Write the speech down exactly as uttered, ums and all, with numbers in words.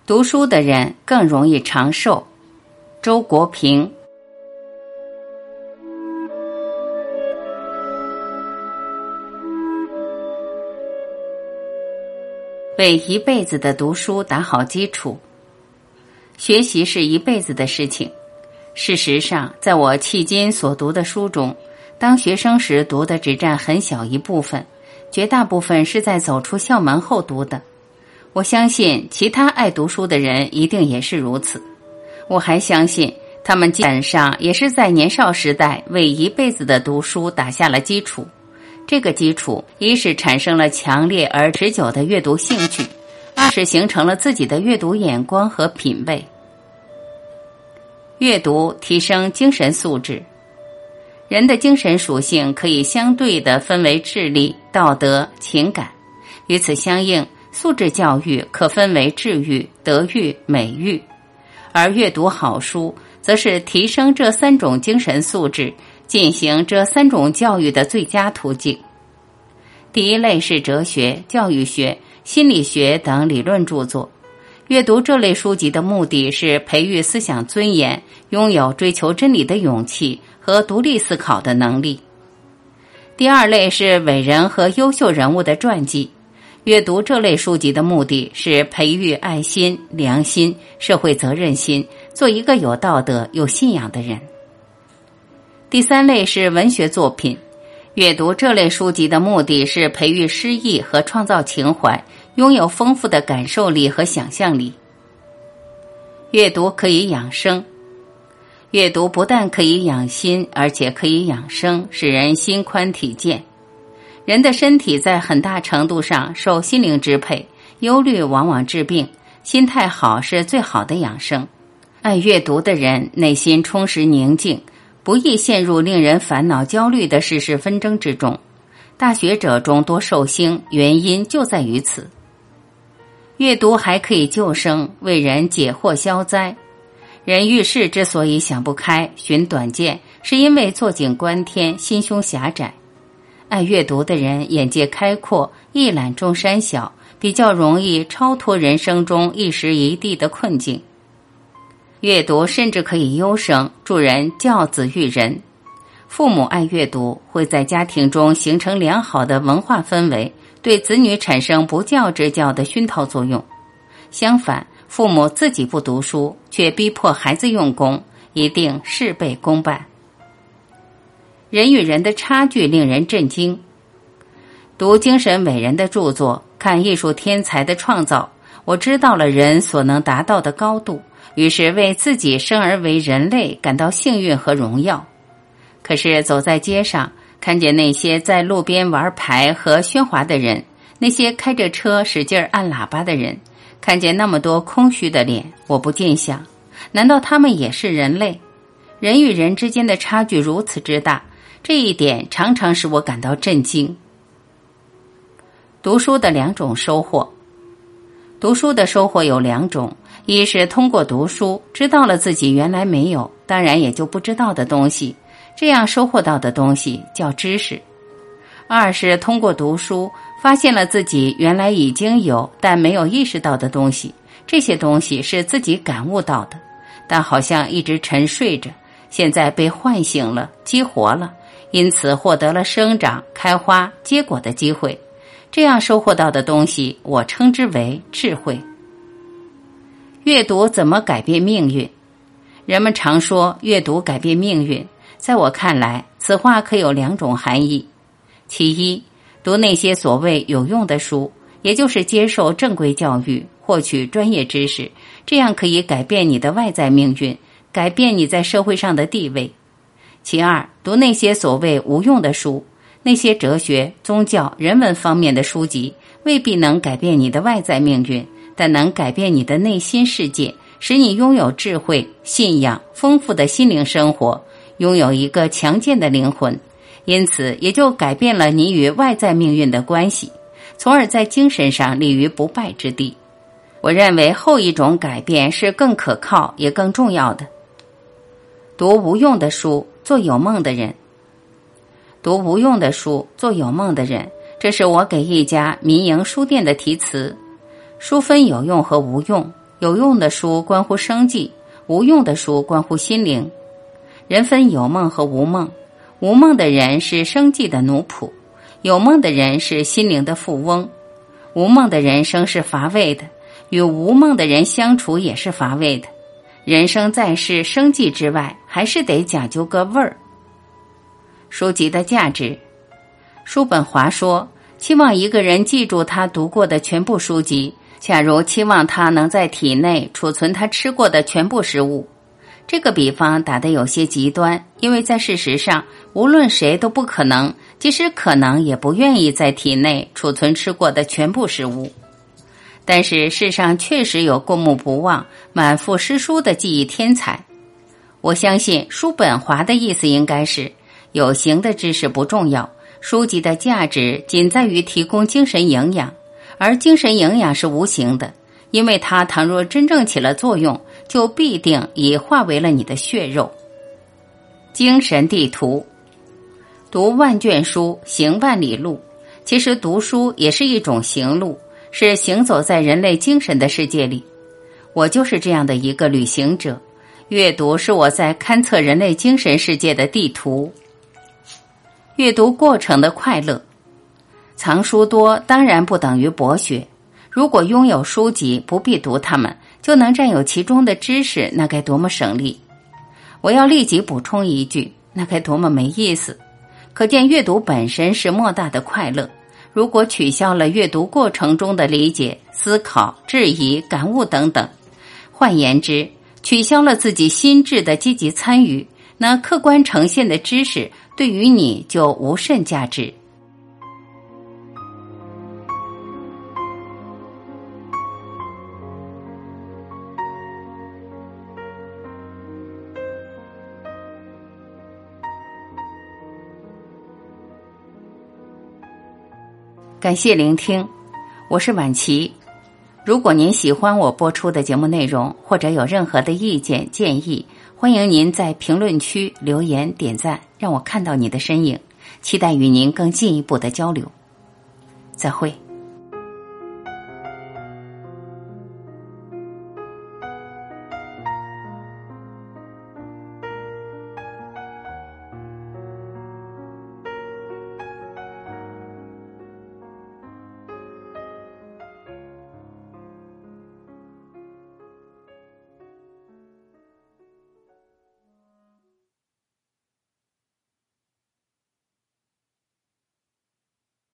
读书的人更容易长寿。周国平。为一辈子的读书打好基础。学习是一辈子的事情。事实上，在我迄今所读的书中，当学生时读的只占很小一部分，绝大部分是在走出校门后读的。我相信其他爱读书的人一定也是如此。我还相信他们基本上也是在年少时代为一辈子的读书打下了基础。这个基础一是产生了强烈而持久的阅读兴趣，二是形成了自己的阅读眼光和品味。阅读提升精神素质。人的精神属性可以相对地分为智力、道德、情感。与此相应，素质教育可分为智育、德育、美育。而阅读好书则是提升这三种精神素质，进行这三种教育的最佳途径。第一类是哲学、教育学、心理学等理论著作。阅读这类书籍的目的是培育思想尊严，拥有追求真理的勇气和独立思考的能力。第二类是伟人和优秀人物的传记。阅读这类书籍的目的是培育爱心、良心、社会责任心，做一个有道德、有信仰的人。第三类是文学作品。阅读这类书籍的目的是培育诗意和创造情怀，拥有丰富的感受力和想象力。阅读可以养生。阅读不但可以养心，而且可以养生，使人心宽体健。人的身体在很大程度上受心灵支配，忧虑往往致病，心态好是最好的养生。爱阅读的人内心充实宁静，不易陷入令人烦恼焦虑的世事纷争之中。大学者中多寿星，原因就在于此。阅读还可以救生，为人解惑消灾。人遇事之所以想不开，寻短见，是因为坐井观天，心胸狭窄。爱阅读的人眼界开阔，一览众山小，比较容易超脱人生中一时一地的困境。阅读甚至可以优生，助人教子育人。父母爱阅读，会在家庭中形成良好的文化氛围，对子女产生不教之教的熏陶作用。相反，父母自己不读书，却逼迫孩子用功，一定事倍功半。人与人的差距令人震惊。读精神伟人的著作，看艺术天才的创造，我知道了人所能达到的高度，于是为自己生而为人类感到幸运和荣耀。可是走在街上，看见那些在路边玩牌和喧哗的人，那些开着车使劲按喇叭的人，看见那么多空虚的脸，我不禁想，难道他们也是人类？人与人之间的差距如此之大，这一点常常使我感到震惊。读书的两种收获。读书的收获有两种，一是通过读书知道了自己原来没有，当然也就不知道的东西，这样收获到的东西叫知识。二是通过读书发现了自己原来已经有但没有意识到的东西，这些东西是自己感悟到的，但好像一直沉睡着，现在被唤醒了，激活了，因此获得了生长、开花、结果的机会。这样收获到的东西，我称之为智慧。阅读怎么改变命运？人们常说阅读改变命运，在我看来，此话可有两种含义。其一，读那些所谓有用的书，也就是接受正规教育，获取专业知识，这样可以改变你的外在命运，改变你在社会上的地位。其二，读那些所谓无用的书，那些哲学、宗教、人文方面的书籍，未必能改变你的外在命运，但能改变你的内心世界，使你拥有智慧、信仰、丰富的心灵生活，拥有一个强健的灵魂，因此也就改变了你与外在命运的关系，从而在精神上立于不败之地。我认为后一种改变是更可靠也更重要的。读无用的书，做有梦的人。读无用的书，做有梦的人，这是我给一家民营书店的题词。书分有用和无用， 有用的书关乎生计，无用的书关乎心灵。人分有梦和无梦，无梦的人是生计的奴仆，有梦的人是心灵的富翁。无梦的人生是乏味的，与无梦的人相处也是乏味的。人生在世，生计之外，还是得讲究个味儿。书籍的价值，叔本华说，期望一个人记住他读过的全部书籍，假如期望他能在体内储存他吃过的全部食物。这个比方打得有些极端，因为在事实上，无论谁都不可能，即使可能也不愿意在体内储存吃过的全部食物。但是世上确实有过目不忘、满腹诗书的记忆天才。我相信叔本华的意思应该是，有形的知识不重要，书籍的价值仅在于提供精神营养，而精神营养是无形的，因为它倘若真正起了作用，就必定已化为了你的血肉。精神地图，读万卷书，行万里路。其实读书也是一种行路，是行走在人类精神的世界里。我就是这样的一个旅行者，阅读是我在勘测人类精神世界的地图。阅读过程的快乐，藏书多当然不等于博学。如果拥有书籍不必读它们，就能占有其中的知识，那该多么省力。我要立即补充一句，那该多么没意思。可见阅读本身是莫大的快乐，如果取消了阅读过程中的理解、思考、质疑、感悟等等，换言之，取消了自己心智的积极参与，那客观呈现的知识对于你就无甚价值。感谢聆听，我是婉琪。如果您喜欢我播出的节目内容，或者有任何的意见建议，欢迎您在评论区留言点赞，让我看到你的身影，期待与您更进一步的交流。再会。